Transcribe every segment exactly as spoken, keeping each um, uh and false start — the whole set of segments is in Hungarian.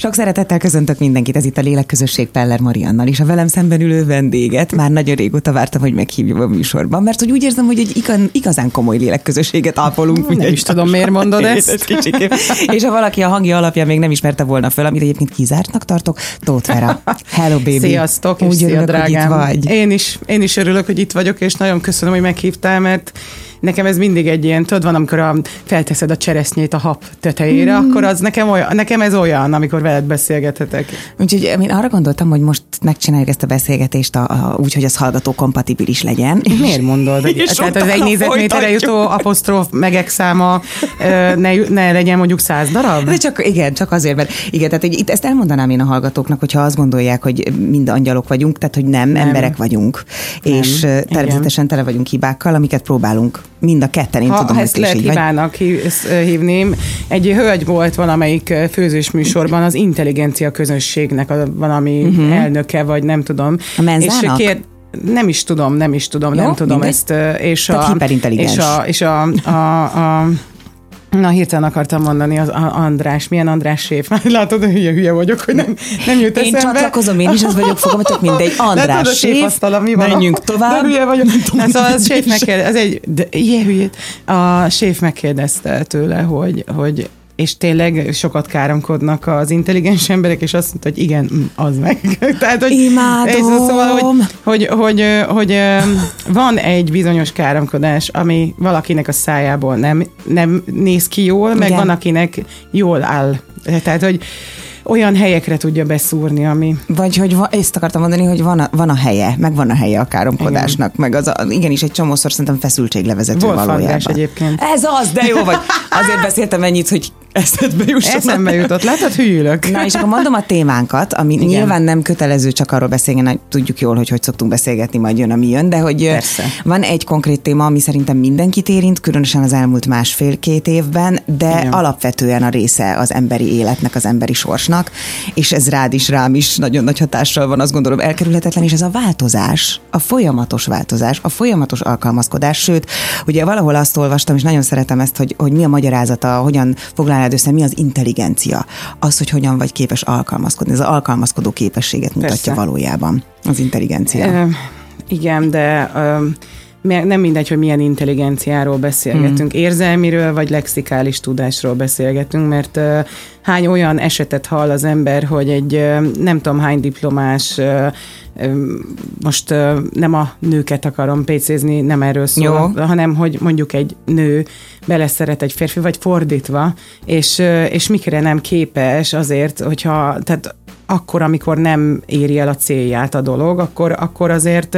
Sok szeretettel köszöntök mindenkit, ez itt a Lélekközösség Peller Mariannal, és a velem szemben ülő vendéget már nagyon régóta vártam, hogy meghívjam a műsorban, mert hogy úgy érzem, hogy egy igazán komoly lélekközösséget ápolunk. Nem is tudom, miért mondod ezt. És ha valaki a hangja alapján még nem ismerte volna föl, amit egyébként kizártnak tartok, Tóth Vera. Hello, baby. Sziasztok, és úgy szia, örülök, drágám. hogy itt vagy. Én is, én is örülök, hogy itt vagyok, és nagyon köszönöm, hogy meghívtál, mert nekem ez mindig egy ilyen, tudod, van, amikor a, felteszed a cseresznyét a hab tetejére, mm. akkor az nekem, olyan, nekem ez olyan, amikor veled beszélgethetek. Úgyhogy én arra gondoltam, hogy most megcsináljuk ezt a beszélgetést a, a, úgy, hogy az hallgató kompatibilis legyen. Miért mondod? Tehát az egy négyzetméterre jutó apostróf megek száma ne, ne legyen mondjuk száz darab? De csak, igen, csak azért, mert igen, tehát itt ezt elmondanám én a hallgatóknak, hogyha azt gondolják, hogy mind angyalok vagyunk, tehát hogy nem, nem. emberek vagyunk. Nem. És igen. természetesen tele vagyunk hibákkal, amiket próbálunk mind a ketten, én ha, tudom, ha ezt lehet hibának hívni. Egy hölgy volt valamelyik főzős műsorban az intelligencia közösségnek a valami uh-huh. elnöke, vagy nem tudom. A menzának? És kér, nem is tudom, nem is tudom, Jó, nem tudom mindegy. ezt. És Tehát a, hiperintelligens. És a, és a, a, a Na, hirtelen akartam mondani, az András, milyen András séf? Látod, hülye, hülye vagyok, hogy nem, nem jut eszembe. Én csatlakozom, én is az vagyok, fogom, tök mindegy. András séf, menjünk tovább. De hülye vagyok. Na, szóval az séf megkérdezte, az egy, de ilyen hülyét. A séf megkérdezte tőle, hogy, hogy és tényleg sokat káromkodnak az intelligens emberek, és azt mondta, hogy igen, az meg. Tehát, hogy, imádom! Szóval, hogy, hogy, hogy, hogy van egy bizonyos káromkodás, ami valakinek a szájából nem, nem néz ki jól, meg igen. van, akinek jól áll. Tehát, hogy olyan helyekre tudja beszúrni, ami... Vagy, hogy va, ezt akartam mondani, hogy van a, van a helye, meg van a helye a káromkodásnak, igen. meg az a, igenis egy csomószor szerintem feszültséglevezető Wolf valójában. András egyébként. Ez az, de jó vagy. Azért beszéltem ennyit, hogy eszedbe jusson. Eszembe jutott, látod, hülyülök. Na, és akkor mondom a témánkat, ami igen. nyilván nem kötelező csak arról beszélni, tudjuk jól, hogy hogy szoktunk beszélgetni, majd jön, ami jön, de hogy Persze. van egy konkrét téma, ami szerintem mindenkit érint, különösen az elmúlt másfél-két évben, de igen. alapvetően a része az emberi életnek, az emberi sorsnak, és ez rád is, rám is nagyon nagy hatással van, azt gondolom elkerülhetetlen, és ez a változás, a folyamatos változás, a folyamatos alkalmazkodás, sőt, ugye valahol azt olvastam, és nagyon szeretem ezt, hogy, hogy mi a magyarázata, hogyan foglalnád össze, mi az intelligencia, az, hogy hogyan vagy képes alkalmazkodni, ez az alkalmazkodó képességet mutatja Persze. valójában az intelligencia. E, igen, de... Um... nem mindegy, hogy milyen intelligenciáról beszélgetünk, mm. érzelmiről vagy lexikális tudásról beszélgetünk, mert uh, hány olyan esetet hall az ember, hogy egy uh, nem tudom hány diplomás, uh, uh, most uh, nem a nőket akarom pécézni, nem erről szól, Jó. hanem hogy mondjuk egy nő beleszeret egy férfi, vagy fordítva, és, uh, és mikre nem képes azért, hogyha, tehát akkor, amikor nem éri el a célját a dolog, akkor, akkor azért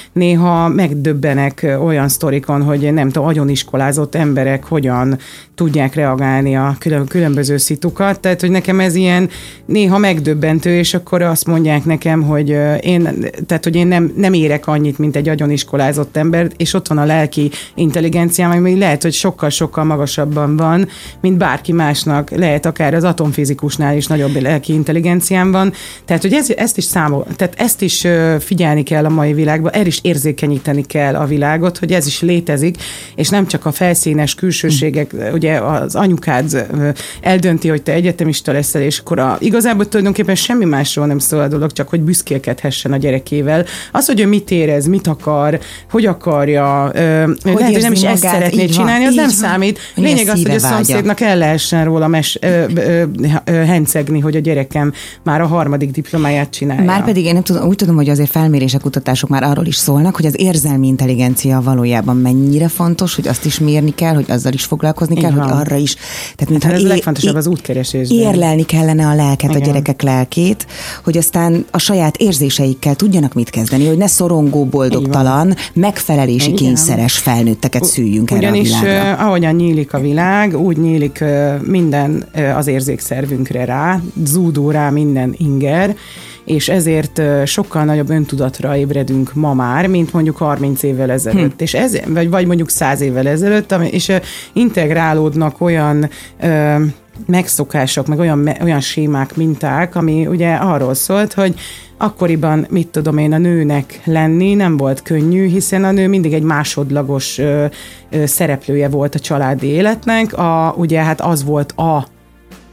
néha megdöbbenek olyan sztorikon, hogy nem tudom, agyoniskolázott emberek hogyan tudják reagálni a külön, különböző szitukat. Tehát, hogy nekem ez ilyen néha megdöbbentő, és akkor azt mondják nekem, hogy én, tehát, hogy én nem, nem érek annyit, mint egy agyoniskolázott ember, és ott van a lelki intelligenciám, ami lehet, hogy sokkal-sokkal magasabban van, mint bárki másnak. Lehet akár az atomfizikusnál is nagyobb lelki intelligenciám van. Tehát, hogy ez, ezt is számol, tehát ezt is figyelni kell a mai világban, erre is érzékenyíteni kell a világot, hogy ez is létezik, és nem csak a felszínes külsőségek, mm. ugye az anyukád eldönti, hogy te egyetemista leszel, és akkor a, igazából tulajdonképpen semmi másról nem szól a dolog, csak hogy büszkélkedhessen a gyerekével. Az, hogy ő mit érez, mit akar, hogy akarja, hogy lehet, hogy nem is magát, ezt szeretné csinálni, van, az nem van. Számít. Lényeg az, hogy a szomszédnak el lehessen róla mes, ö, ö, ö, hencegni, hogy a gyerekem már a harmadik diplomáját csinálja. Márpedig én nem tudom, úgy tudom, hogy azért felmérések, kutatások már arról is szólnak, hogy az érzelmi intelligencia valójában mennyire fontos, hogy azt is mérni kell, hogy azzal is foglalkozni kell, hogy arra is. Tehát mintha ez é- a legfontosabb az útkeresésben. Érlelni kellene a lelket, Igen. a gyerekek lelkét, hogy aztán a saját érzéseikkel tudjanak mit kezdeni, hogy ne szorongó, boldogtalan, megfelelési Igen. kényszeres felnőtteket szüljünk erre a világra. Ugyanis ahogyan nyílik a világ, úgy nyílik minden az érzékszervünkre rá, zúdul rá minden inger, és ezért sokkal nagyobb öntudatra ébredünk ma már, mint mondjuk harminc évvel ezelőtt, hm. és ez, vagy, vagy mondjuk száz évvel ezelőtt, és integrálódnak olyan ö, megszokások, meg olyan, olyan sémák, minták, ami ugye arról szólt, hogy akkoriban, mit tudom én, a nőnek lenni nem volt könnyű, hiszen a nő mindig egy másodlagos ö, ö, szereplője volt a családi életnek, a, ugye hát az volt a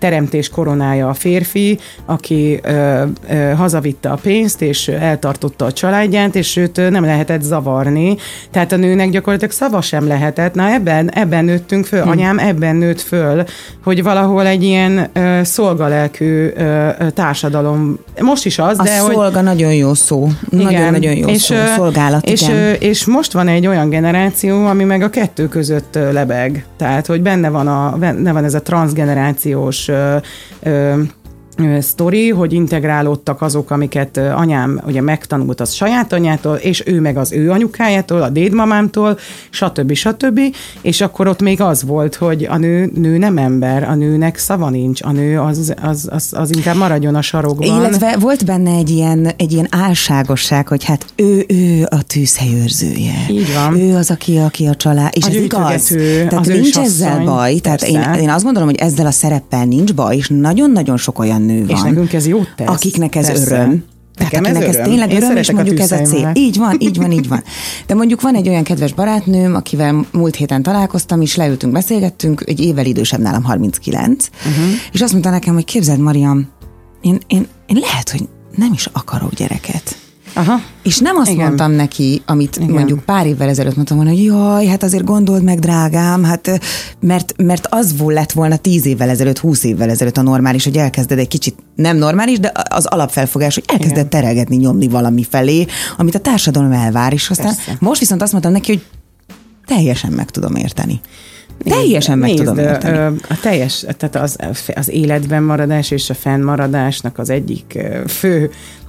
teremtés koronája a férfi, aki ö, ö, hazavitte a pénzt, és eltartotta a családját, és őt nem lehetett zavarni. Tehát a nőnek gyakorlatilag szava sem lehetett. Na ebben, ebben nőttünk föl, hmm. anyám ebben nőtt föl, hogy valahol egy ilyen ö, szolgalelkű ö, társadalom, most is az, a de... A szolga hogy, nagyon jó szó. Nagyon-nagyon jó és, szó. Szolgálat, és, igen. És most van egy olyan generáció, ami meg a kettő között lebeg. Tehát, hogy benne van, a, benne van ez a transzgenerációs ö, ö, sztori, hogy integrálódtak azok, amiket anyám ugye megtanult az saját anyától, és ő meg az ő anyukájától, a dédmamámtól, stb. stb. És akkor ott még az volt, hogy a nő, nő nem ember, a nőnek szava nincs, a nő az, az, az, az inkább maradjon a sarokban. Illetve volt benne egy ilyen, egy ilyen álságosság, hogy hát ő, ő a tűzhelyőrzője. Így van. Ő az, aki, aki a család, és a ez igaz. Tehát nincs ezzel baj, tehát én, én azt gondolom, hogy ezzel a szereppel nincs baj, és nagyon-nagyon sok olyan nő van. És nekünk ez jót tesz. Akiknek ez persze. öröm. Tehát Nekem akinek ez, ez, ez tényleg Én öröm, és mondjuk ez a cél. Így van, így van, így van. De mondjuk van egy olyan kedves barátnőm, akivel múlt héten találkoztam, és leültünk, beszélgettünk, egy évvel idősebb nálam, harminckilenc, uh-huh. és azt mondta nekem, hogy képzeld, Mariam, én, én, én lehet, hogy nem is akarok gyereket. Aha. És nem azt Igen. mondtam neki, amit Igen. mondjuk pár évvel ezelőtt mondtam volna, hogy jaj, hát azért gondold meg, drágám, hát mert, mert az lett volna tíz évvel ezelőtt, húsz évvel ezelőtt a normális, hogy elkezded egy kicsit nem normális, de az alapfelfogás, hogy elkezded Igen. terelgetni, nyomni valami felé, amit a társadalom elvár, és aztán Persze. most viszont azt mondtam neki, hogy teljesen meg tudom érteni. Teljesen meg Nézd, tudom érteni. A teljes, tehát az, az életben maradás és a fennmaradásnak az egyik fő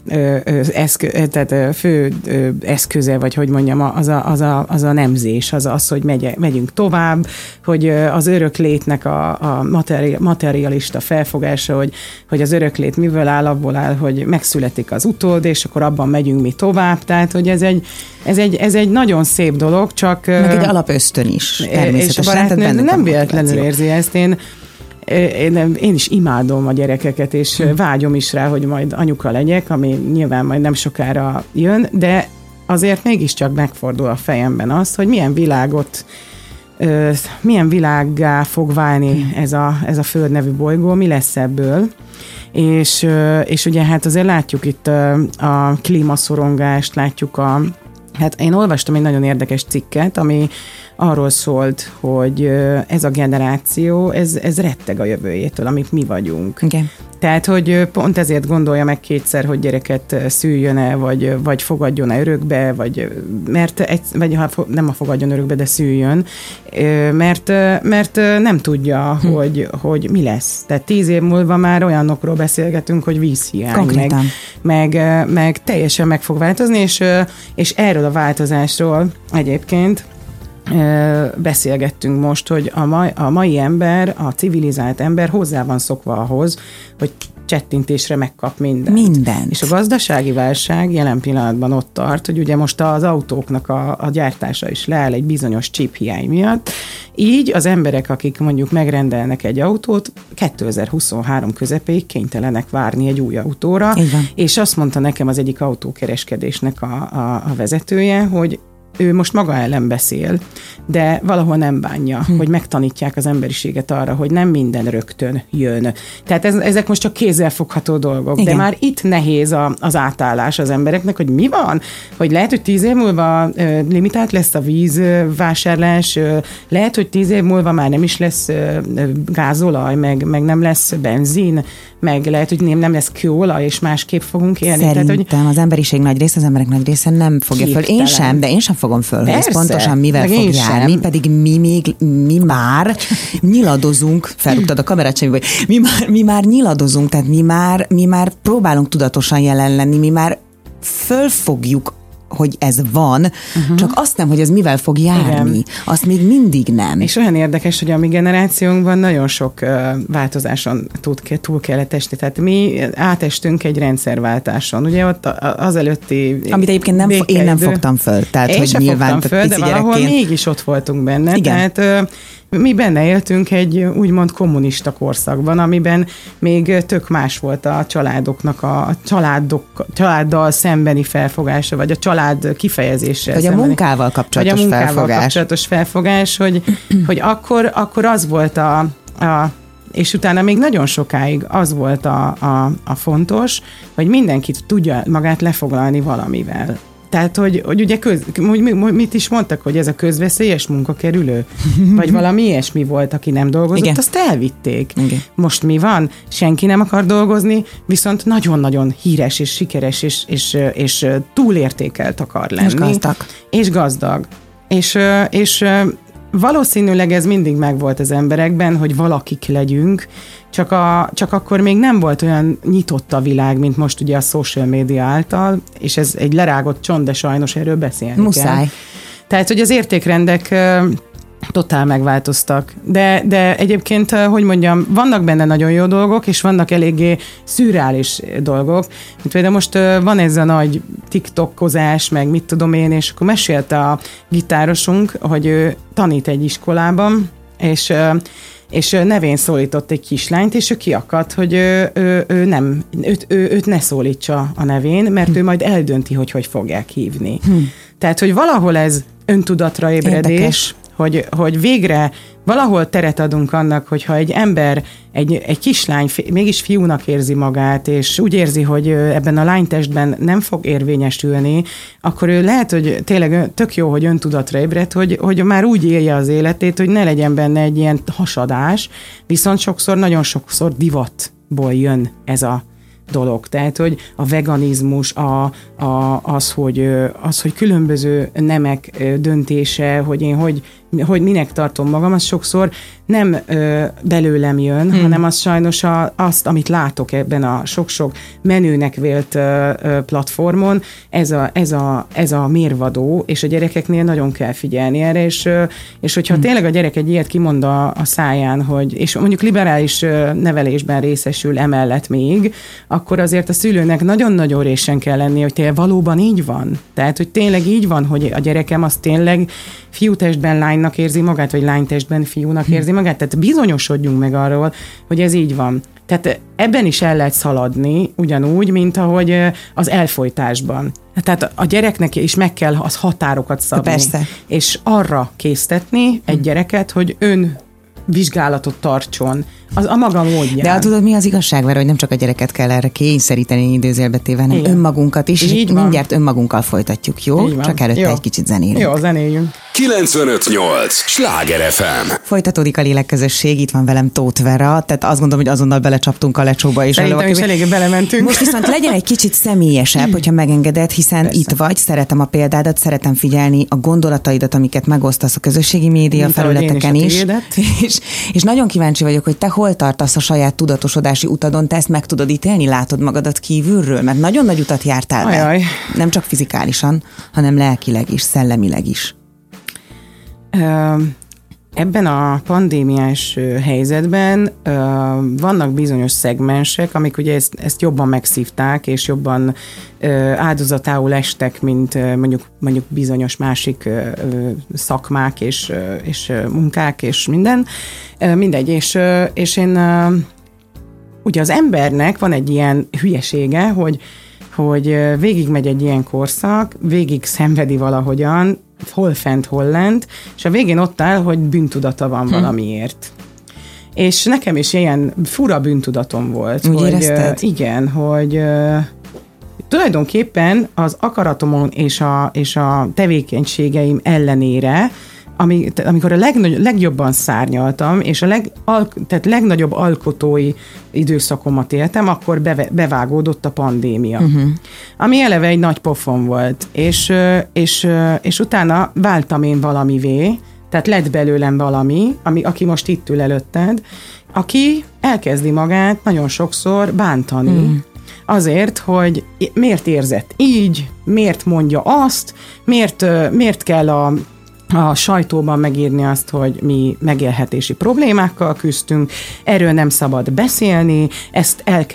Eszkö, tehát fő eszköze, vagy hogy mondjam, az a, az a, az a nemzés, az az, hogy megy, megyünk tovább, hogy az öröklétnek a, a materi, materialista felfogása, hogy, hogy az öröklét miből áll, abból áll, hogy megszületik az utód, és akkor abban megyünk mi tovább, tehát hogy ez egy, ez egy, ez egy nagyon szép dolog, csak... Meg egy alapösztön is, természetesen. És a barátnő nem véletlenül érzi ezt, én Én, én is imádom a gyerekeket, és hmm. vágyom is rá, hogy majd anyuka legyek, ami nyilván majd nem sokára jön, de azért mégiscsak megfordul a fejemben az, hogy milyen világot, milyen világgá fog válni hmm. ez a, ez a Föld nevű bolygó, mi lesz ebből. És, és ugye hát azért látjuk itt a klímaszorongást, látjuk a... Hát én olvastam egy nagyon érdekes cikket, ami arról szólt, hogy ez a generáció, ez, ez retteg a jövőjétől, amit mi vagyunk. Okay. Tehát, hogy pont ezért gondolja meg kétszer, hogy gyereket szüljön-e, vagy, vagy fogadjon-e örökbe, vagy, mert egy, vagy ha nem a fogadjon örökbe, de szüljön, mert, mert nem tudja, hm. hogy, hogy mi lesz. Tehát tíz év múlva már olyanokról beszélgetünk, hogy vízhiány, meg, meg, meg teljesen meg fog változni, és, és erről a változásról egyébként beszélgettünk most, hogy a mai, a mai ember, a civilizált ember hozzá van szokva ahhoz, hogy csettintésre megkap mindent. Mindent. És a gazdasági válság jelen pillanatban ott tart, hogy ugye most az autóknak a, a gyártása is leáll egy bizonyos chip hiány miatt. Így az emberek, akik mondjuk megrendelnek egy autót, kétezer-huszonhárom közepéig kénytelenek várni egy új autóra. És azt mondta nekem az egyik autókereskedésnek a, a, a vezetője, hogy ő most maga ellen beszél, de valahol nem bánja, hm. hogy megtanítják az emberiséget arra, hogy nem minden rögtön jön. Tehát ez, ezek most csak kézzelfogható dolgok, Igen. de már itt nehéz a, az átállás az embereknek, hogy mi van? Hogy lehet, hogy tíz év múlva ö, limitált lesz a vízvásárlás, ö, lehet, hogy tíz év múlva már nem is lesz ö, gázolaj, meg, meg nem lesz benzin, meg lehet, hogy nem, nem lesz kőolaj, és másképp fogunk élni. Szerintem Tehát, hogy az emberiség nagy része, az emberek nagy része nem fogja föl. Én sem, de én sem fogom föl, hogy ez pontosan mivel fog járni, sem. Pedig mi még, mi már nyiladozunk, felrúgtad a kamerát sem, vagy mi már, mi már nyiladozunk, tehát mi már, mi már próbálunk tudatosan jelen lenni, mi már fölfogjuk, hogy ez van, uh-huh. csak azt nem, hogy ez mivel fog járni. Igen. Azt még mindig nem. És olyan érdekes, hogy a mi generációnkban nagyon sok uh, változáson túl, túl kellett esni. Tehát mi átestünk egy rendszerváltáson. Ugye ott az előtti... Amit egyébként nem, én nem fogtam föl. Tehát, én hogy sem nyilván fogtam föl, de valahol gyerekként... mégis ott voltunk benne. Igen. Tehát uh, mi benne éltünk egy úgymond kommunista korszakban, amiben még tök más volt a családoknak a családok, családdal szembeni felfogása, vagy a család kifejezése. Vagy a munkával kapcsolatos vagy a munkával felfogás. kapcsolatos felfogás, hogy, hogy akkor, akkor az volt a, a és utána még nagyon sokáig az volt a, a, a fontos, hogy mindenkit tudja magát lefoglalni valamivel. Tehát, hogy, hogy ugye köz, mit is mondtak, hogy ez a közveszélyes munkakerülő? Vagy valami ilyesmi volt, aki nem dolgozott, igen. Azt elvitték. Igen. Most mi van? Senki nem akar dolgozni, viszont nagyon-nagyon híres és sikeres és, és, és túlértékelt akar lenni. És gazdag. És gazdag. És, és valószínűleg ez mindig megvolt az emberekben, hogy valakik legyünk, csak, a, csak akkor még nem volt olyan nyitott a világ, mint most ugye a social media által, és ez egy lerágott csont, de sajnos erről beszélni Muszáj. kell. Tehát, hogy az értékrendek totál megváltoztak. De, de egyébként, hogy mondjam, vannak benne nagyon jó dolgok, és vannak eléggé szürreális dolgok. Mint például most van ez a nagy tiktokozás, meg mit tudom én, és akkor mesélte a gitárosunk, hogy ő tanít egy iskolában, és és nevén szólított egy kislányt, és ő kiakadt, hogy ő, ő, ő nem, őt, ő, őt ne szólítsa a nevén, mert hm. ő majd eldönti, hogy hogy fogják hívni. Hm. Tehát, hogy valahol ez öntudatra ébredés, érdekes. Hogy, hogy végre valahol teret adunk annak, hogyha egy ember, egy, egy kislány mégis fiúnak érzi magát, és úgy érzi, hogy ebben a lánytestben nem fog érvényesülni, akkor ő lehet, hogy tényleg tök jó, hogy öntudatra ébred, hogy, hogy már úgy élje az életét, hogy ne legyen benne egy ilyen hasadás, viszont sokszor, nagyon sokszor divatból jön ez a dolog. Tehát, hogy a veganizmus, a, a, az, hogy, az, hogy különböző nemek döntése, hogy én hogy, hogy minek tartom magam, az sokszor nem ö, belőlem jön, hmm. hanem az sajnos a, azt, amit látok ebben a sok-sok menőnek vélt ö, ö, platformon, ez a, ez, a, ez a mérvadó, és a gyerekeknél nagyon kell figyelni erre, és, ö, és hogyha hmm. tényleg a gyerek egy ilyet kimond a, a száján, hogy, és mondjuk liberális ö, nevelésben részesül emellett még, akkor azért a szülőnek nagyon-nagyon résen kell lenni, hogy tényleg valóban így van. Tehát, hogy tényleg így van, hogy a gyerekem az tényleg fiútestben lánynak érzi magát, vagy lánytestben fiúnak érzi magát. Tehát bizonyosodjunk meg arról, hogy ez így van. Tehát ebben is el lehet szaladni, ugyanúgy, mint ahogy az elfojtásban. Tehát a gyereknek is meg kell az határokat szabni. Persze. És arra késztetni egy gyereket, hogy ön vizsgálatot tartson. Az a maga módján. De tudod, mi az igazság, mert hogy nem csak a gyereket kell erre kényszeríteni idézőjelbe téve, hanem igen. önmagunkat is, és mindjárt önmagunkkal folytatjuk, jó? Csak előtte jó. egy kicsit zenélünk. Jó, zenéljünk. kilencvenöt nyolc Sláger ef em. Folytatódik a lélekközösség, itt van velem Tóth Vera, tehát azt gondolom, hogy azonnal belecsaptunk a lecsóba. És szerintem is eléggé belementünk. Most viszont legyen egy kicsit személyesebb, hogyha megengeded, hiszen persze. itt vagy, szeretem a példádat, szeretem figyelni a gondolataidat, amiket megosztasz a közösségi média mint felületeken is. is. És, és nagyon kíváncsi vagyok, hogy te hol tartasz a saját tudatosodási utadon, te ezt meg tudod ítélni, látod magadat kívülről, mert nagyon nagy utat jártál be. Ajaj. Nem csak fizikálisan, hanem lelkileg is, szellemileg is. Ebben a pandémiás helyzetben vannak bizonyos szegmensek, amik ugye ezt, ezt jobban megszívták, és jobban áldozatául estek, mint mondjuk, mondjuk bizonyos másik szakmák és, és munkák és minden. Mindegy, és, és én ugye az embernek van egy ilyen hülyesége, hogy, hogy végigmegy egy ilyen korszak, végig szenvedi valahogyan, hol fent, hol lent, és a végén ott áll, hogy bűntudata van hm. valamiért. És nekem is ilyen fura bűntudatom volt. Úgy hogy, érezted? Igen, hogy uh, tulajdonképpen az akaratomon és a, és a tevékenységeim ellenére, ami, amikor a legnagy, legjobban szárnyaltam, és a leg, al, tehát legnagyobb alkotói időszakomat éltem, akkor beve, bevágódott a pandémia. Uh-huh. Ami eleve egy nagy pofon volt. És, és, és utána váltam én valamivé, tehát lett belőlem valami, ami, aki most itt ül előtted, aki elkezdi magát nagyon sokszor bántani. Uh-huh. Azért, hogy miért érzett így, miért mondja azt, miért, miért kell a a sajtóban megírni azt, hogy mi megélhetési problémákkal küzdünk, erről nem szabad beszélni, ezt el kell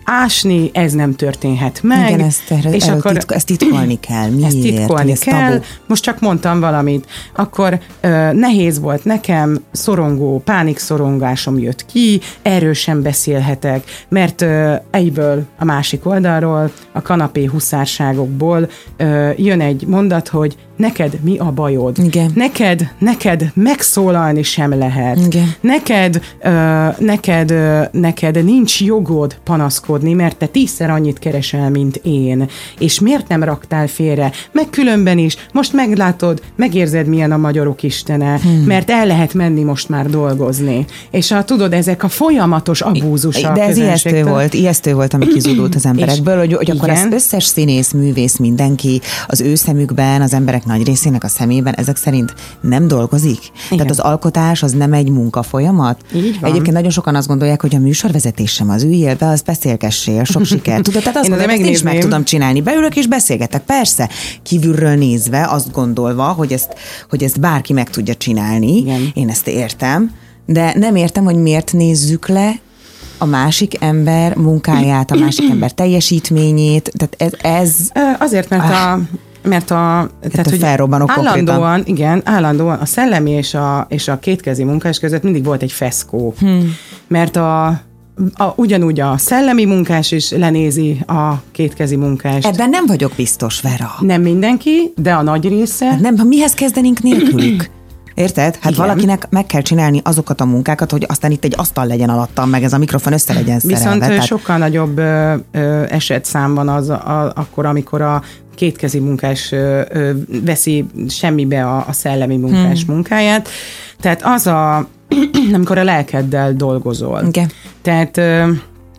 ásni, ez nem történhet meg. Igen, ezt, erre, és akkor titko, ezt titkolni kell. Miért? Ezt titkolni ez kell. Tabu? Most csak mondtam valamit. Akkor ö, nehéz volt nekem, szorongó, pánikszorongásom jött ki, erről sem beszélhetek, mert ö, egyből a másik oldalról, a kanapé huszárságokból ö, jön egy mondat, hogy neked mi a bajod? Igen. Neked, neked megszólalni sem lehet. Igen. Neked, ö, neked, ö, neked nincs jogod panaszkodni, mert te tízszer annyit keresel, mint én. És miért nem raktál félre? Meg különben is. Most meglátod, megérzed, milyen a magyarok istene, hmm. mert el lehet menni most már dolgozni. És a, tudod, ezek a folyamatos abúzusok. De ez ijesztő volt, ijesztő volt, ami kizúdult az emberekből, hogy, hogy akkor az összes színész, művész, mindenki az ő szemükben, az emberek nagy részének a szemében ezek szerint nem dolgozik. Igen. Tehát az alkotás az nem egy munkafolyamat. Egyébként nagyon sokan azt gondolják, hogy a műsorvezetés sem az, üljél be, az beszélgessél, sok siker. Tudod, tehát azt mondom, hogy is meg tudom csinálni. Beülök és beszélgetek. Persze, kívülről nézve, azt gondolva, hogy ezt, hogy ezt bárki meg tudja csinálni. Igen. Én ezt értem, de nem értem, hogy miért nézzük le a másik ember munkáját, a másik ember teljesítményét. Tehát ez... ez... Azért, mert ah. a mert a, tehát, a felrobbanok állandóan, konkrétan. igen, állandóan a szellemi és a, és a kétkezi munkás között mindig volt egy feszkó. Hmm. Mert a, a, ugyanúgy a szellemi munkás is lenézi a kétkezi munkást. Ebben nem vagyok biztos, Vera. Nem mindenki, de a nagy része. Hát nem, ha mihez kezdenénk nélkülük? Érted? Hát igen. Valakinek meg kell csinálni azokat a munkákat, hogy aztán itt egy asztal legyen alattam, meg ez a mikrofon össze legyen szerelve. Viszont tehát... sokkal nagyobb ö, ö, esetszám van az a, akkor, amikor a kétkezi munkás ö, ö, veszi semmibe a, a szellemi munkás hmm. munkáját. Tehát az a, amikor a lelkeddel dolgozol. Okay. Tehát ö,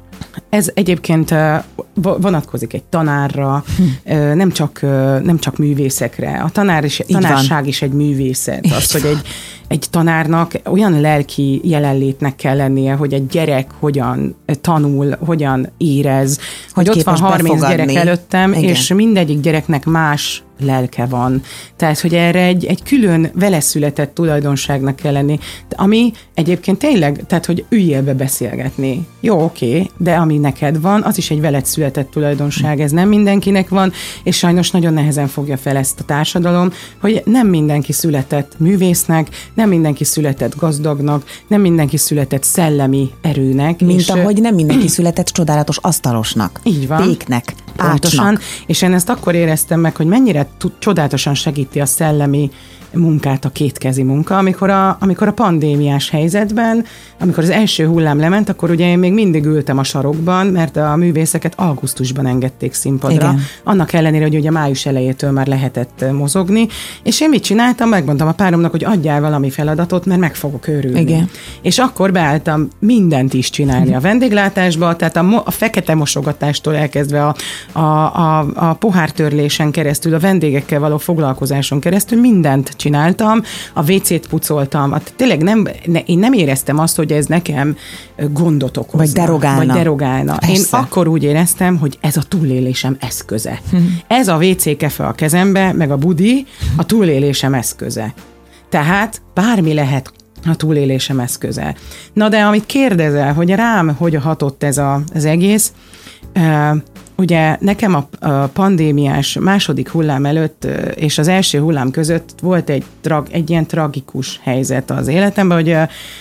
ez egyébként vonatkozik egy tanárra, hm. nem, csak, nem csak művészekre. A tanár is, tanárság is egy művészet. Az, hogy egy, egy tanárnak olyan lelki jelenlétnek kell lennie, hogy egy gyerek hogyan tanul, hogyan érez, hogy, hogy ott van harminc befogadni. Gyerek előttem, igen. És mindegyik gyereknek más lelke van. Tehát, hogy erre egy, egy külön vele született tulajdonságnak kell lenni, ami egyébként tényleg, tehát, hogy üljél be beszélgetni. Jó, oké, de ami neked van, az is egy veled született tulajdonság, ez nem mindenkinek van, és sajnos nagyon nehezen fogja fel ezt a társadalom, hogy nem mindenki született művésznek, nem mindenki született gazdagnak, nem mindenki született szellemi erőnek. Mint és ahogy nem mindenki született csodálatos asztalosnak. Így van. Péknek, pontosan, ácsnak. És én ezt akkor éreztem meg, hogy mennyire tud, csodálatosan segíti a szellemi munkát a kétkezi munka, amikor a, amikor a pandémiás helyzetben, amikor az első hullám lement, akkor ugye én még mindig ültem a sarokban, mert a művészeket augusztusban engedték színpadra. Igen. Annak ellenére, hogy ugye május elejétől már lehetett mozogni, és én mit csináltam? Megmondtam a páromnak, hogy adjál valami feladatot, mert meg fogok őrülni. Igen. És akkor beálltam mindent is csinálni a vendéglátásba, tehát a, mo- a fekete mosogatástól elkezdve a, a, a, a pohártörlésen keresztül, a vendégekkel való foglalkozáson keresztül mindent csináltam, a vécét pucoltam, hát tényleg nem, ne, én nem éreztem azt, hogy ez nekem gondot okozna. Vagy derogálna. Vagy derogálna. Én akkor úgy éreztem, hogy ez a túlélésem eszköze. Hm. Ez a vécékefe a kezembe, meg a budi a túlélésem eszköze. Tehát bármi lehet a túlélésem eszköze. Na de amit kérdezel, hogy rám hogy hatott ez a, az egész, uh, ugye nekem a, a pandémiás második hullám előtt és az első hullám között volt egy, trag, egy ilyen tragikus helyzet az életemben, hogy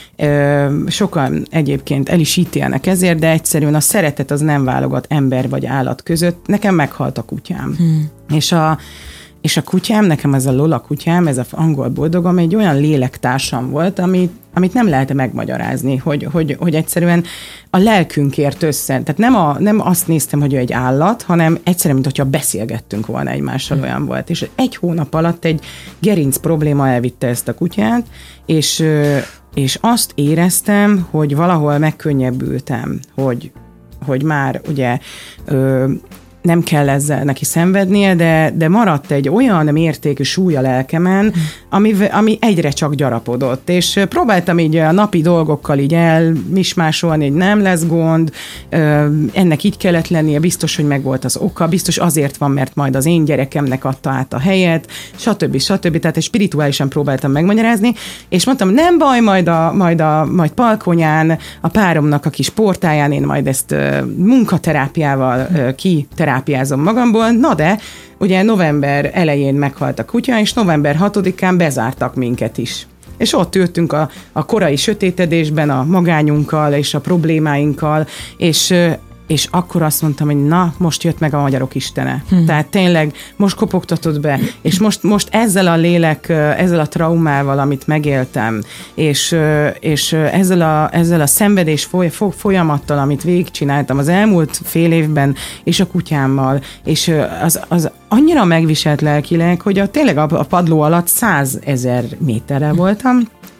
ö, sokan egyébként el is ítélnek ezért, de egyszerűen a szeretet az nem válogat ember vagy állat között. Nekem meghalt a kutyám. Hmm. És a És a kutyám, nekem ez a Lola kutyám, ez az angol boldogom, egy olyan lélektársam volt, amit, amit nem lehet megmagyarázni, hogy, hogy, hogy egyszerűen a lelkünk ért össze. Tehát nem, a, nem azt néztem, hogy ő egy állat, hanem egyszerűen, mint hogyha beszélgettünk volna egymással, hmm. olyan volt. És egy hónap alatt egy gerinc probléma elvitte ezt a kutyát, és, és azt éreztem, hogy valahol megkönnyebbültem, hogy, hogy már ugye... nem kell ezzel neki szenvednie, de, de maradt egy olyan mértékű súly a lelkemen, ami, ami egyre csak gyarapodott, és próbáltam így a napi dolgokkal így elmismásolni, hogy nem lesz gond, ennek így kellett lennie, biztos, hogy megvolt az oka, biztos azért van, mert majd az én gyerekemnek adta át a helyet, stb. stb. Tehát egy spirituálisan próbáltam megmagyarázni, és mondtam, nem baj, majd a, majd a majd palkonyán, a páromnak a kis portáján én majd ezt munkaterápiával ki terápiázom magamból, na de ugye november elején meghalt a kutya, és november hatodikán bezártak minket is. És ott ültünk a, a korai sötétedésben, a magányunkkal és a problémáinkkal, és, és akkor azt mondtam, hogy na, most jött meg a magyarok istene. Hmm. Tehát tényleg most kopogtatott be, és most, most ezzel a lélek, ezzel a traumával, amit megéltem, és, és ezzel, a, ezzel a szenvedés foly, folyamattal, amit végigcsináltam az elmúlt fél évben, és a kutyámmal, és az, az annyira megviselt lelkileg, hogy a, tényleg a, a padló alatt százezer méterre voltam,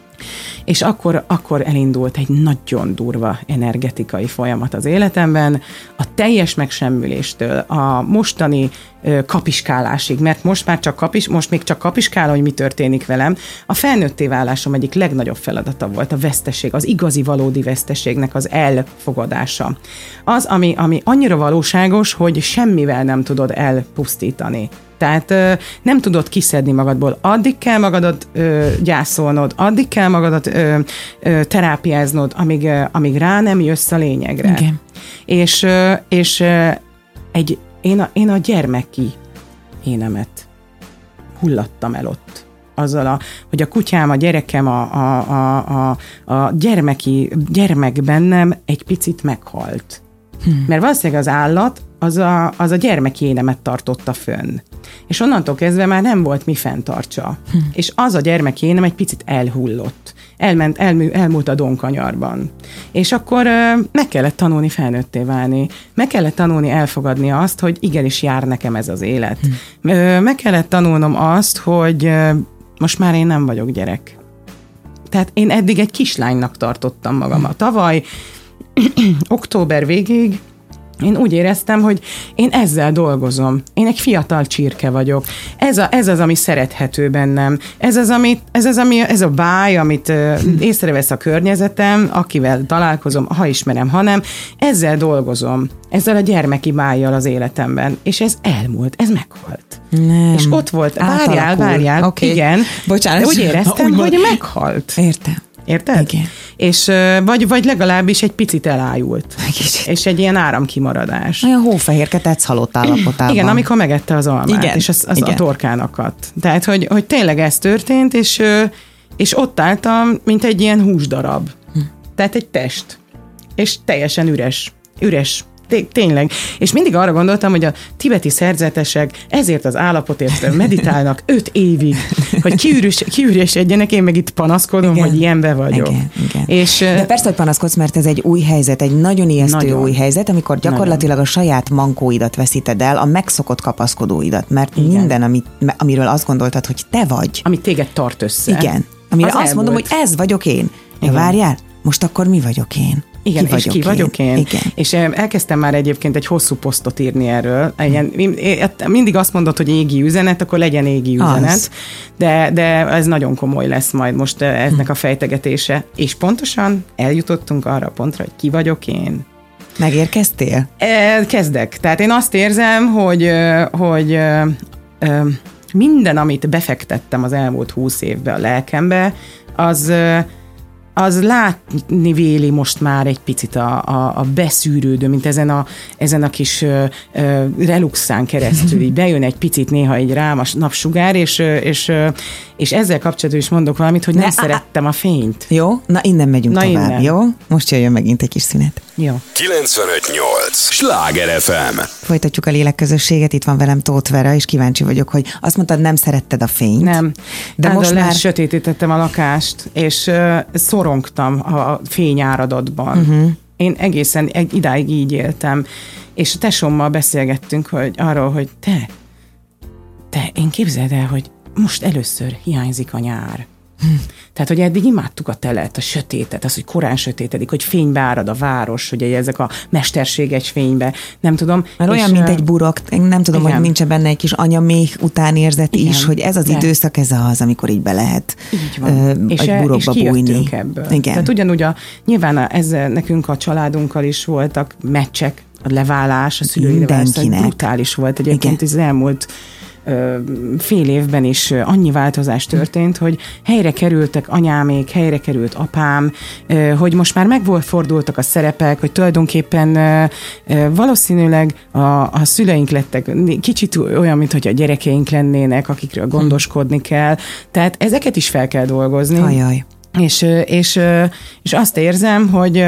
és akkor, akkor elindult egy nagyon durva energetikai folyamat az életemben, a teljes megsemmüléstől, a mostani ö, kapiskálásig, mert most már csak kapis, most még csak kapiskálom, hogy mi történik velem. A felnőtté válásom egyik legnagyobb feladata volt a veszteség, az igazi valódi veszteségnek az elfogadása. Az, ami, ami annyira valóságos, hogy semmivel nem tudod elpusztítani. Tehát ö, nem tudod kiszedni magadból. Addig kell magadat ö, gyászolnod, addig kell magadat ö, ö, terápiáznod, amíg, ö, amíg rá nem jössz a lényegre. Igen. És, ö, és ö, egy, én, a, én a gyermeki énemet hullattam el ott. Azzal, a, hogy a kutyám, a gyerekem, a, a, a, a, a gyermeki, gyermek bennem egy picit meghalt. Hmm. Mert valószínűleg az állat az a, az a gyermeki énemet tartotta fönn. És onnantól kezdve már nem volt mi fenntartsa. Hm. És az a gyermeki énem egy picit elhullott. Elment, elmű, elmúlt a Donkanyarban. És akkor ö, meg kellett tanulni felnőtté válni. Meg kellett tanulni elfogadni azt, hogy igenis jár nekem ez az élet. Hm. Ö, meg kellett tanulnom azt, hogy ö, most már én nem vagyok gyerek. Tehát én eddig egy kislánynak tartottam magam. A tavaly október végéig én úgy éreztem, hogy én ezzel dolgozom. Én egy fiatal csirke vagyok. Ez, a, ez az, ami szerethető bennem. Ez az, ami, ez, az, ami, ez a báj, amit uh, észrevesz a környezetem, akivel találkozom, ha ismerem, ha nem. Ezzel dolgozom. Ezzel a gyermeki bájjal az életemben. És ez elmúlt. Ez meghalt. Nem. És ott volt. Várjál, várjál. Okay. Igen. Bocsánat. De úgy éreztem, hogy meghalt. Értem. Érted? Igen. És vagy, vagy legalábbis egy picit elájult. Kicsit. És egy ilyen áramkimaradás. Olyan hófehérke tetsz halott állapotában. Igen, amikor megette az almát, igen, és az, az a torkán akadt. Tehát, hogy, hogy tényleg ez történt, és, és ott álltam, mint egy ilyen húsdarab. Hm. Tehát egy test. És teljesen üres. Üres. Tényleg. És mindig arra gondoltam, hogy a tibeti szerzetesek ezért az állapotért meditálnak öt évig, hogy kiürös, kiüresedjenek, én meg itt panaszkodom, igen, hogy ilyenbe vagyok. Igen, igen. És, de persze, hogy panaszkodsz, mert ez egy új helyzet, egy nagyon ijesztő nagyon, új helyzet, amikor gyakorlatilag nagyon. A saját mankóidat veszíted el, a megszokott kapaszkodóidat, mert igen. minden, amit, amiről azt gondoltad, hogy te vagy. Amit téged tart össze. Igen. Amire az azt elmúlt. Mondom, hogy ez vagyok én. Ja, várjál, most akkor mi vagyok én? Igen, ki és ki vagyok én. én. Igen. És elkezdtem már egyébként egy hosszú posztot írni erről. Ilyen, mindig azt mondod, hogy égi üzenet, akkor legyen égi üzenet. De, de ez nagyon komoly lesz majd most eznek a fejtegetése. És pontosan eljutottunk arra a pontra, hogy ki vagyok én. Megérkeztél? Kezdek. Tehát én azt érzem, hogy, hogy minden, amit befektettem az elmúlt húsz évben a lelkembe, az... az látni véli most már egy picit a, a, a beszűrődő, mint ezen a, ezen a kis uh, uh, reluxán keresztül, így bejön egy picit néha egy rám a napsugár, és, és, uh, és ezzel kapcsolatban is mondok valamit, hogy nem ne, szerettem a fényt. Jó, na innen megyünk na tovább, innen. Jó? Most jöjjön megint egy kis szünet. Jó. kilencvenöt nyolc Sláger ef em. Folytatjuk a lélekközösséget, itt van velem Tóth Vera, és kíváncsi vagyok, hogy azt mondtad, nem szeretted a fényt. Nem. De hát most már... sötétítettem a lakást, és uh, szorongtam a fényáradatban. Uh-huh. Én egészen egy, idáig így éltem. És a tesómmal beszélgettünk hogy arról, hogy te, te, én képzeld el, hogy most először hiányzik a nyár. Tehát, hogy eddig imádtuk a telet, a sötétet, az, hogy korán sötétedik, hogy fénybe árad a város, hogy ezek a mesterséges fénybe, nem tudom. Mert olyan, mint egy burok, nem tudom, igen. hogy nincs benne egy kis anyaméh utánérzet igen. is, hogy ez az de. időszak, ez az, amikor így be lehet így van. Ö, és egy burokba és bújni. Ebből. Igen. Tehát ugyanúgy a, nyilván a, ez, nekünk a családunkkal is voltak meccsek, a leválás, a szülői leválás, brutális volt egyébként az elmúlt fél évben is annyi változás történt, hogy helyre kerültek anyámék, helyre került apám, hogy most már megfordultak a szerepek, hogy tulajdonképpen valószínűleg a, a szüleink lettek kicsit olyan, mint hogy a gyerekeink lennének, akikről gondoskodni kell. Tehát ezeket is fel kell dolgozni. Ajaj. És, és, és azt érzem, hogy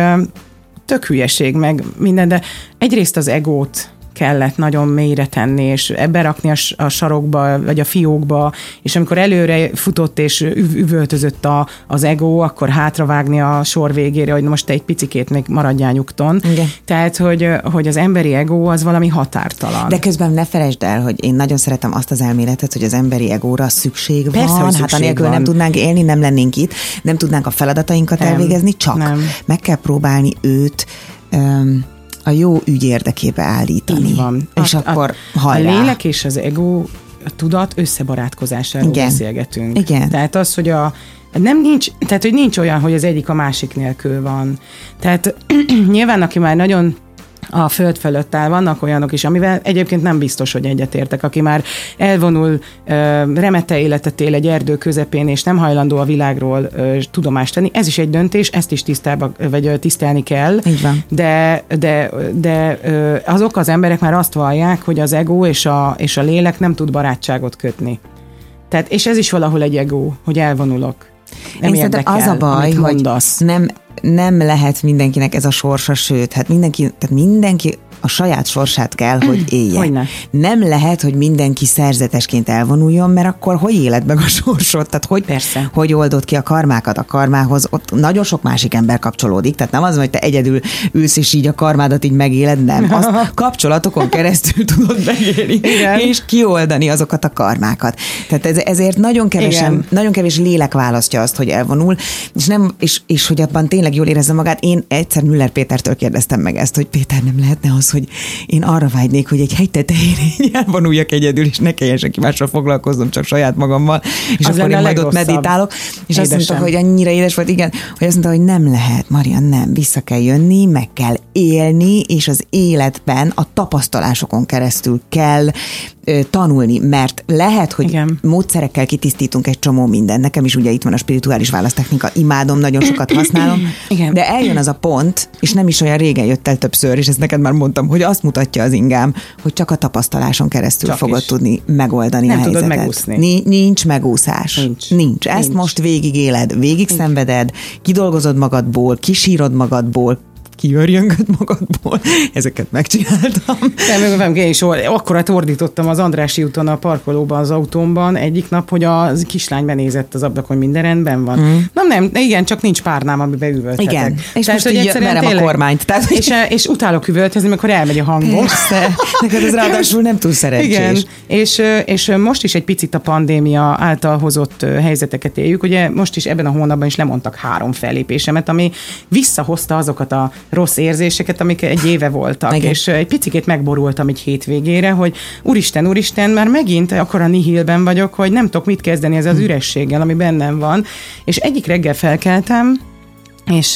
tök hülyeség meg minden, de egyrészt az egót kellett nagyon mélyre tenni, és berakni a, a sarokba, vagy a fiókba, és amikor előre futott és üv, üvöltözött a, az ego, akkor hátravágni a sor végére, hogy most te egy picikét még maradjál nyugton. Igen. Tehát, hogy, hogy az emberi ego az valami határtalan. De közben ne felejtsd el, hogy én nagyon szeretem azt az elméletet, hogy az emberi egóra szükség van. Persze, hogy szükség hát anélkül van. Nem tudnánk élni, nem lennénk itt, nem tudnánk a feladatainkat nem, elvégezni, csak nem. meg kell próbálni őt um, a jó ügy érdekébe állítani. Így van. És a, akkor a, hajrá. A lélek és az ego, a tudat összebarátkozásáról Igen. beszélgetünk. Igen. Tehát az, hogy a nem nincs, tehát hogy nincs olyan, hogy az egyik a másik nélkül van. Tehát nyilván, aki már nagyon a föld fölött áll, vannak olyanok is, amivel egyébként nem biztos, hogy egyetértek, aki már elvonul, remete életet él egy erdő közepén, és nem hajlandó a világról tudomást tenni. Ez is egy döntés, ezt is tisztába, vagy tisztelni kell. Így van. De, de, de azok az emberek már azt vallják, hogy az ego és a, és a lélek nem tud barátságot kötni. Tehát, és ez is valahol egy ego, hogy elvonulok. Nem Én érdekel, az a baj, hogy nem, nem lehet mindenkinek ez a sorsa, sőt, hát mindenki, tehát mindenki a saját sorsát kell, hogy élje. Hogyne. Nem lehet, hogy mindenki szerzetesként elvonuljon, mert akkor hogy éled meg a sorsot? Tehát hogy, Persze. hogy oldod ki a karmákat a karmához? Ott nagyon sok másik ember kapcsolódik, tehát nem az, hogy te egyedül ülsz, és így a karmádat így megéled, nem. Azt kapcsolatokon keresztül tudod megélni, Igen. és kioldani azokat a karmákat. Tehát ez, ezért nagyon, kevesen, nagyon kevés lélek választja azt, hogy elvonul, és, nem, és, és hogy abban tényleg jól érezze magát. Én egyszer Müller Pétertől kérdeztem meg ezt, hogy Péter, nem lehetne az, hogy én arra vágynék, hogy egy hegy tetején elvonuljak egyedül, és ne kelljen senki mással foglalkoznom, csak saját magammal, és az akkor én majd ott meditálok. És Édesem. azt mondta, hogy annyira édes volt, igen, hogy azt mondta, hogy nem lehet, Maria, nem, vissza kell jönni, meg kell élni, és az életben a tapasztalásokon keresztül kell ö, tanulni, mert lehet, hogy igen. módszerekkel kitisztítunk egy csomó mindent. Nekem is ugye itt van a spirituális választechnika, imádom, nagyon sokat használom, igen. de eljön az a pont, és nem is olyan régen jött el többször, és ezt neked már mondtam, hogy azt mutatja az ingám, hogy csak a tapasztaláson keresztül csak fogod is. tudni megoldani nem a helyzetet. Nem tudod megúszni. Nincs, nincs megúszás. Nincs. Nincs. Ezt nincs. Most végig éled, végig nincs. szenveded, kidolgozod magadból, kisírod magadból, kiörjöngöd magadból. Ezeket megcsináltam. Nem, nem, én is akkorát ordítottam az Andrássy úton a parkolóban az autómban egyik nap, hogy a kislány benézett az ablakon, hogy minden rendben van. Mm. Nem, nem, igen, csak nincs párnám, amiben üvölthetek. Igen, és tehát, most így merem tényleg, a kormányt. Tehát, és, és utálok üvölteni, amikor elmegy a hangom. Persze, neked ez ráadásul nem túl szerencsés. Igen, és, és most is egy picit a pandémia által hozott helyzeteket éljük. Ugye most is ebben a hónapban is lemondtak három fellépésemet, ami visszahozta azokat a rossz érzéseket, amik egy éve voltak, igen. és egy picikét megborultam egy hétvégére, hogy úristen, úristen, már megint akkora nihilben vagyok, hogy nem tudok mit kezdeni ezzel az ürességgel, ami bennem van, és egyik reggel felkeltem, és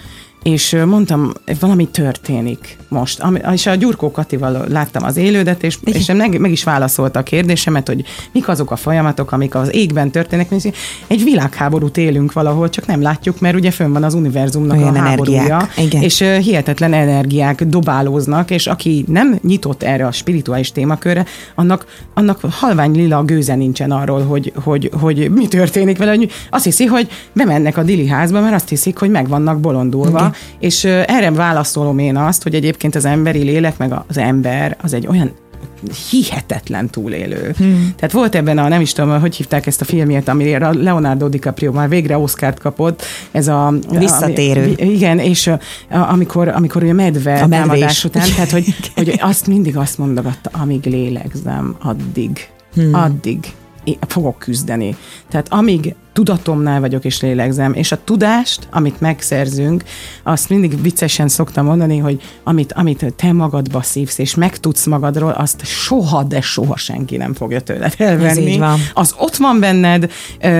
és mondtam, valami történik most. És a Gyurkó Katival láttam az élődet, és, és meg, meg is válaszolta a kérdésemet, hogy mik azok a folyamatok, amik az égben történnek. Egy világháborút élünk valahol, csak nem látjuk, mert ugye fönn van az univerzumnak olyan a háborúja, és hihetetlen energiák dobálóznak, és aki nem nyitott erre a spirituális témakörre, annak, annak halvány lila gőze nincsen arról, hogy, hogy, hogy mi történik vele. Azt hiszi, hogy bemennek a Dili házba, mert azt hiszik, hogy meg vannak bolondulva. Okay. És erre válaszolom én azt, hogy egyébként az emberi lélek, meg az ember az egy olyan hihetetlen túlélő. Hmm. Tehát volt ebben a, nem is tudom, hogy hívták ezt a filmjét, amire Leonardo DiCaprio már végre Oscart kapott, ez a... Visszatérő. A, igen, és a, amikor, amikor ugye medve a támadás után, tehát hogy, hogy azt mindig azt mondogatta, amíg lélegzem, addig, hmm. addig fogok küzdeni. Tehát amíg tudatomnál vagyok és lélegzem, és a tudást, amit megszerzünk, azt mindig viccesen szoktam mondani, hogy amit, amit te magadba szívsz, és megtudsz magadról, azt soha, de soha senki nem fogja tőled elvenni. Az ott van benned,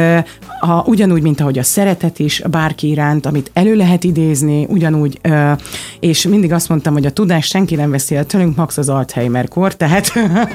a, ugyanúgy, mint ahogy a szeretet is bárki iránt, amit elő lehet idézni, ugyanúgy, és mindig azt mondtam, hogy a tudást senki nem veszi el tőlünk, max az Alzheimer-kor, tehát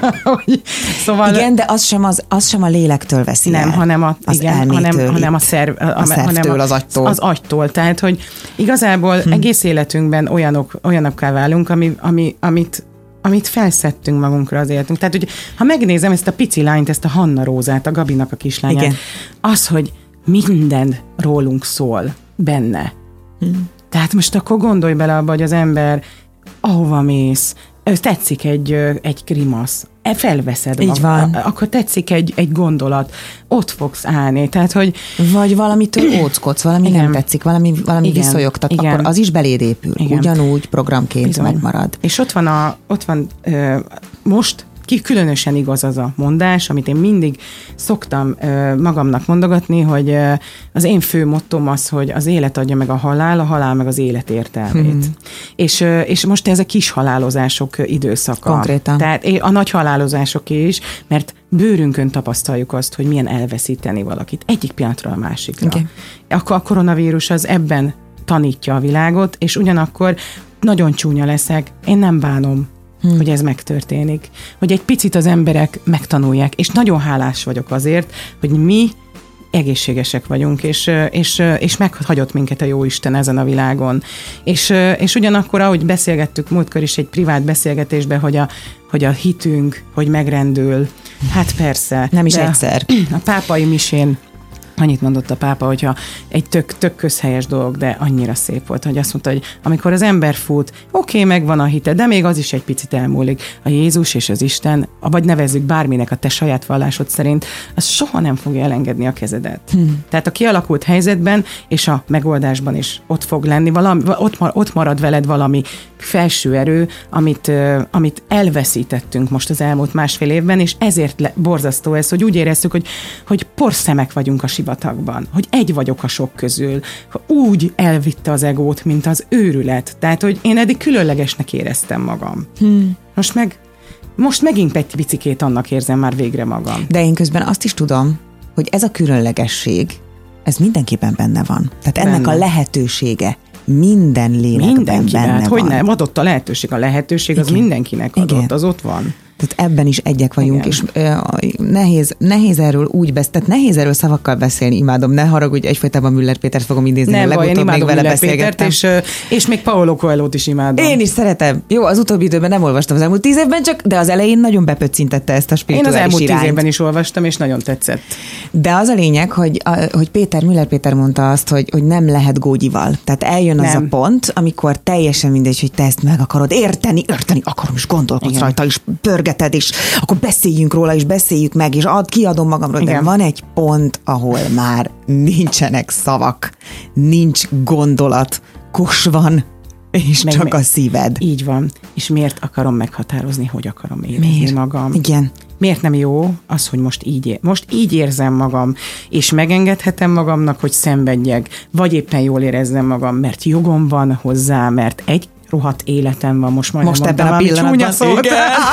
szóval... Igen, de az sem, az, az sem a lélektől veszi nem, el. hanem a, az igen, hanem, hanem a, szerv, a, a szervtől, hanem a, az agytól. Az agytól, tehát, hogy igazából hm. egész életünkben olyanok, olyanokká válunk, ami, ami, amit amit felszedtünk magunkra az életünk. Tehát, hogy ha megnézem ezt a pici lányt, ezt a Hanna Rózát, a Gabinak a kislányát, igen. az, hogy minden rólunk szól benne. Hm. Tehát most akkor gondolj bele abba, hogy az ember ahova mész, tetszik egy, egy grimasz, felveszed. Így van. A, akkor tetszik egy, egy gondolat, ott fogsz állni. Tehát, hogy... Vagy valamitől óckodsz, valami igen. nem tetszik, valami, valami igen. viszonyogtat, igen. akkor az is beléd épül. Igen. Ugyanúgy programként bizony. Megmarad. És ott van, a, ott van ö, most ki különösen igaz az a mondás, amit én mindig szoktam ö, magamnak mondogatni, hogy ö, az én fő mottom az, hogy az élet adja meg a halál, a halál meg az élet értelmét. Hmm. És, ö, és most ez a kis halálozások időszaka. Konkrétan. Tehát a nagy halálozásoké is, mert bőrünkön tapasztaljuk azt, hogy milyen elveszíteni valakit egyik pillanatra a másikra. Okay. Akkor a koronavírus az ebben tanítja a világot, és ugyanakkor nagyon csúnya leszek, én nem bánom, Hmm. hogy ez megtörténik. Hogy egy picit az emberek megtanulják, és nagyon hálás vagyok azért, hogy mi egészségesek vagyunk, és, és, és meghagyott minket a Jóisten ezen a világon. És, és ugyanakkor, ahogy beszélgettük múltkor is egy privát beszélgetésben, hogy a, hogy a hitünk, hogy megrendül, hát persze. Nem is egyszer. A pápai misén annyit mondott a pápa, hogyha egy tök, tök közhelyes dolog, de annyira szép volt, hogy azt mondta, hogy amikor az ember fut, oké, okay, megvan a hite, de még az is egy picit elmúlik. A Jézus és az Isten, vagy nevezzük bárminek a te saját vallásod szerint, az soha nem fogja elengedni a kezedet. Hmm. Tehát a kialakult helyzetben és a megoldásban is ott fog lenni, valami, ott, ott marad veled valami felső erő, amit, amit elveszítettünk most az elmúlt másfél évben, és ezért le, borzasztó ez, hogy úgy érezzük, hogy, hogy porszemek vagyunk a sivatagban, hogy egy vagyok a sok közül, úgy elvitte az egót, mint az őrület. Tehát, hogy én eddig különlegesnek éreztem magam. Hmm. Most meg, most megint egy picikét annak érzem már végre magam. De én közben azt is tudom, hogy ez a különlegesség, ez mindenkiben benne van. Tehát ennek benne. A lehetősége minden lélekben mindenkiben, benne hát, van. Hogy nem, adott a lehetőség, a lehetőség igen. az mindenkinek adott, igen. az ott van. Tehát ebben is egyek vagyunk, igen. és ö, nehéz, nehéz erről úgy beszélni, tehát nehéz erről szavakkal beszélni, imádom, ne haragudj, egyfolytában Müller Pétert fogom idézni, nem legutóbb baj, még vele Müller beszélgettem. Pétert, és, és még Paulo Coelho-t is imádom. Én is szeretem. Jó, az utóbbi időben nem olvastam az elmúlt tíz évben, csak, de az elején nagyon bepöccintette ezt a spirituális irányt. Én az elmúlt irányt. tíz évben is olvastam, és nagyon tetszett. De az a lényeg, hogy, a, hogy Péter, Müller Péter mondta azt, hogy, hogy nem lehet gógyival. Tehát eljön nem. az a pont, amikor teljesen mindegy, hogy te ezt meg akarod érteni, érteni akarom, és gondolkodsz igen. rajta, és pörgeted, és akkor beszéljünk róla, és beszéljük meg, és ad, kiadom magamról, igen. de van egy pont, ahol már nincsenek szavak, nincs gondolat, kos van, és meg csak mi? A szíved. Így van. És miért akarom meghatározni, hogy akarom érezni miért? magam? Igen. Miért nem jó az, hogy most így, ér- most így érzem magam, és megengedhetem magamnak, hogy szenvedjek, vagy éppen jól érezzem magam, mert jogom van hozzá, mert egy rohadt életem van, most majdnem most ebben a pillanatban szót.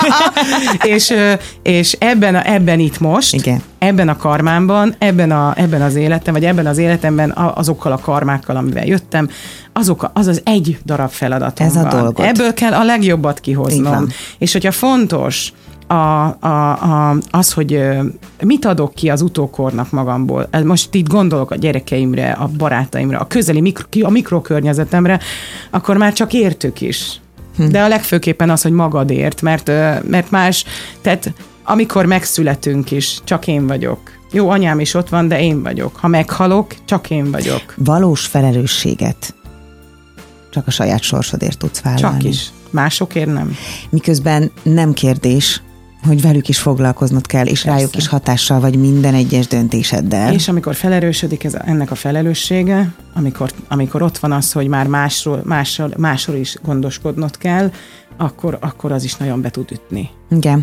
és, és ebben, a, ebben itt most, igen. ebben a karmámban, ebben, a, ebben az életem, vagy ebben az életemben azokkal a karmákkal, amivel jöttem, azok, az az egy darab feladatom Ez a van. dolgot. Ebből kell a legjobbat kihoznom. És hogyha fontos A, a, a, az, hogy mit adok ki az utókornak magamból. Most itt gondolok a gyerekeimre, a barátaimra, a közeli mikro, a mikrokörnyezetemre, akkor már csak értük is. Hm. De a legfőképpen az, hogy magadért, mert, mert más, tehát amikor megszületünk is, csak én vagyok. Jó, anyám is ott van, de én vagyok. Ha meghalok, csak én vagyok. Valós felelősséget csak a saját sorsodért tudsz vállalni. Csak is. Másokért nem. Miközben nem kérdés, hogy velük is foglalkoznod kell, és persze. rájuk is hatással vagy minden egyes döntéseddel. És amikor felerősödik ez, ennek a felelőssége, amikor, amikor ott van az, hogy már másról, másról, másról is gondoskodnod kell, akkor, akkor az is nagyon be tud ütni. Igen.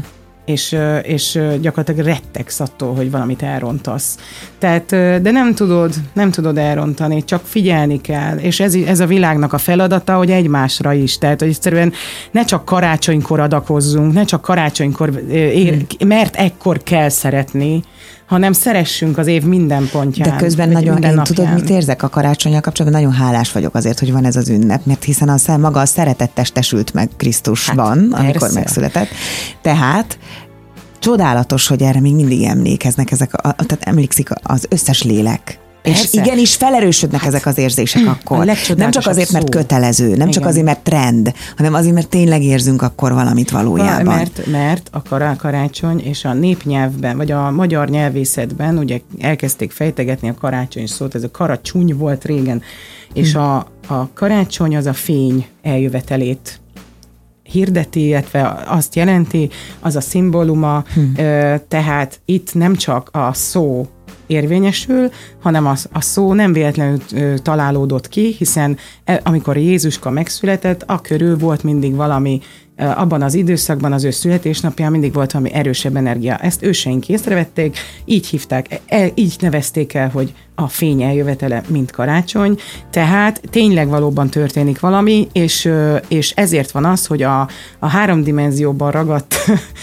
és, és gyakorlatilag rettegsz attól, hogy valamit elrontasz. Tehát, de nem tudod, nem tudod elrontani, csak figyelni kell, és ez, ez a világnak a feladata, hogy egymásra is, tehát, hogy egyszerűen ne csak karácsonykor adakozzunk, ne csak karácsonykor, ér, mert ekkor kell szeretni, hanem szeressünk az év minden pontján. De közben nagyon, én napján. Tudod, mit érzek a karácsonnyal kapcsolatban? Nagyon hálás vagyok azért, hogy van ez az ünnep, mert hiszen a maga a szeretet testesült meg Krisztusban, hát, amikor persze. megszületett. Tehát csodálatos, hogy erre még mindig emlékeznek ezek, a, tehát emlékszik az összes lélek. Persze. És igenis felerősödnek hát, ezek az érzések akkor. Nem csak azért, mert kötelező, nem Igen. csak azért, mert trend, hanem azért, mert tényleg érzünk akkor valamit valójában. Mert, mert a karácsony és a népnyelvben, vagy a magyar nyelvészetben ugye elkezdték fejtegetni a karácsony szót, ez a karacsony volt régen, és hmm. a, a karácsony az a fény eljövetelét hirdeti, illetve azt jelenti, az a szimbóluma, hmm. tehát itt nem csak a szó érvényesül, hanem a, a szó nem véletlenül ö, találódott ki, hiszen e, amikor Jézuska megszületett, a körül volt mindig valami, ö, abban az időszakban, az ő születésnapján mindig volt valami erősebb energia. Ezt őseink észrevették, így hívták, e, így nevezték el, hogy a fény eljövetele, mint karácsony, tehát tényleg valóban történik valami, és, és ezért van az, hogy a, a három dimenzióban ragadt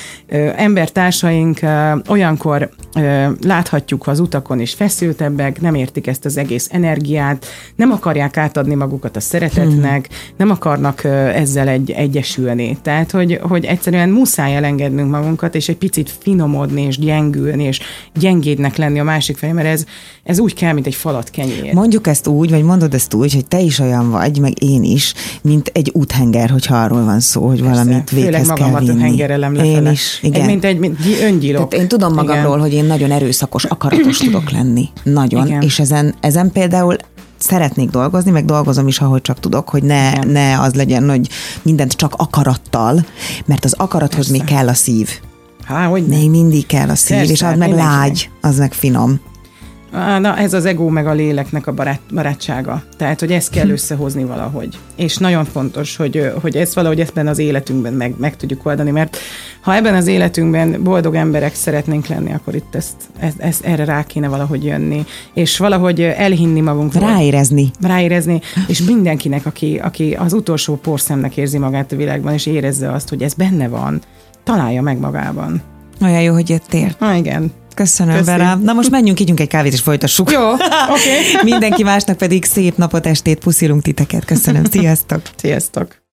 embertársaink olyankor láthatjuk az utakon is feszültebbek, nem értik ezt az egész energiát, nem akarják átadni magukat a szeretetnek, hmm. nem akarnak ezzel egy, egyesülni. Tehát, hogy, hogy egyszerűen muszáj elengednünk magunkat, és egy picit finomodni, és gyengülni, és gyengédnek lenni a másik felé, mert ez, ez úgy kell, mint egy falat kenyér. Mondjuk ezt úgy, vagy mondod ezt úgy, hogy te is olyan vagy, meg én is, mint egy úthenger, hogyha arról van szó, hogy Persze. valamit véghez kell vinni. Főleg hengerelem lefele. Én is, igen. Egy, mint egy mint öngyilok. Tehát én tudom magamról, igen. hogy én nagyon erőszakos, akaratos tudok lenni. Nagyon. Igen. És ezen, ezen például szeretnék dolgozni, meg dolgozom is, ahogy csak tudok, hogy ne, ne az legyen, hogy mindent csak akarattal, mert az akarathoz Persze. még kell a szív. Há, hogy még mindig kell a szív, Persze, és az meg lágy, az meg finom. Na, ez az ego meg a léleknek a barát, barátsága. Tehát, hogy ezt kell összehozni valahogy. És nagyon fontos, hogy, hogy ezt valahogy ebben az életünkben meg, meg tudjuk oldani, mert ha ebben az életünkben boldog emberek szeretnénk lenni, akkor itt ezt, ezt, ezt erre rá kéne valahogy jönni. És valahogy elhinni magunkról. Ráérezni. Ráérezni. És mindenkinek, aki, aki az utolsó porszemnek érzi magát a világban, és érezze azt, hogy ez benne van, találja meg magában. Olyan jó, hogy jöttél. Ah, igen. Köszönöm, Vera. Na most menjünk, ígyünk egy kávét, és folytassuk. Jó, oké. Okay. Mindenki másnak pedig szép napot, estét, puszilunk titeket. Köszönöm, sziasztok. Sziasztok.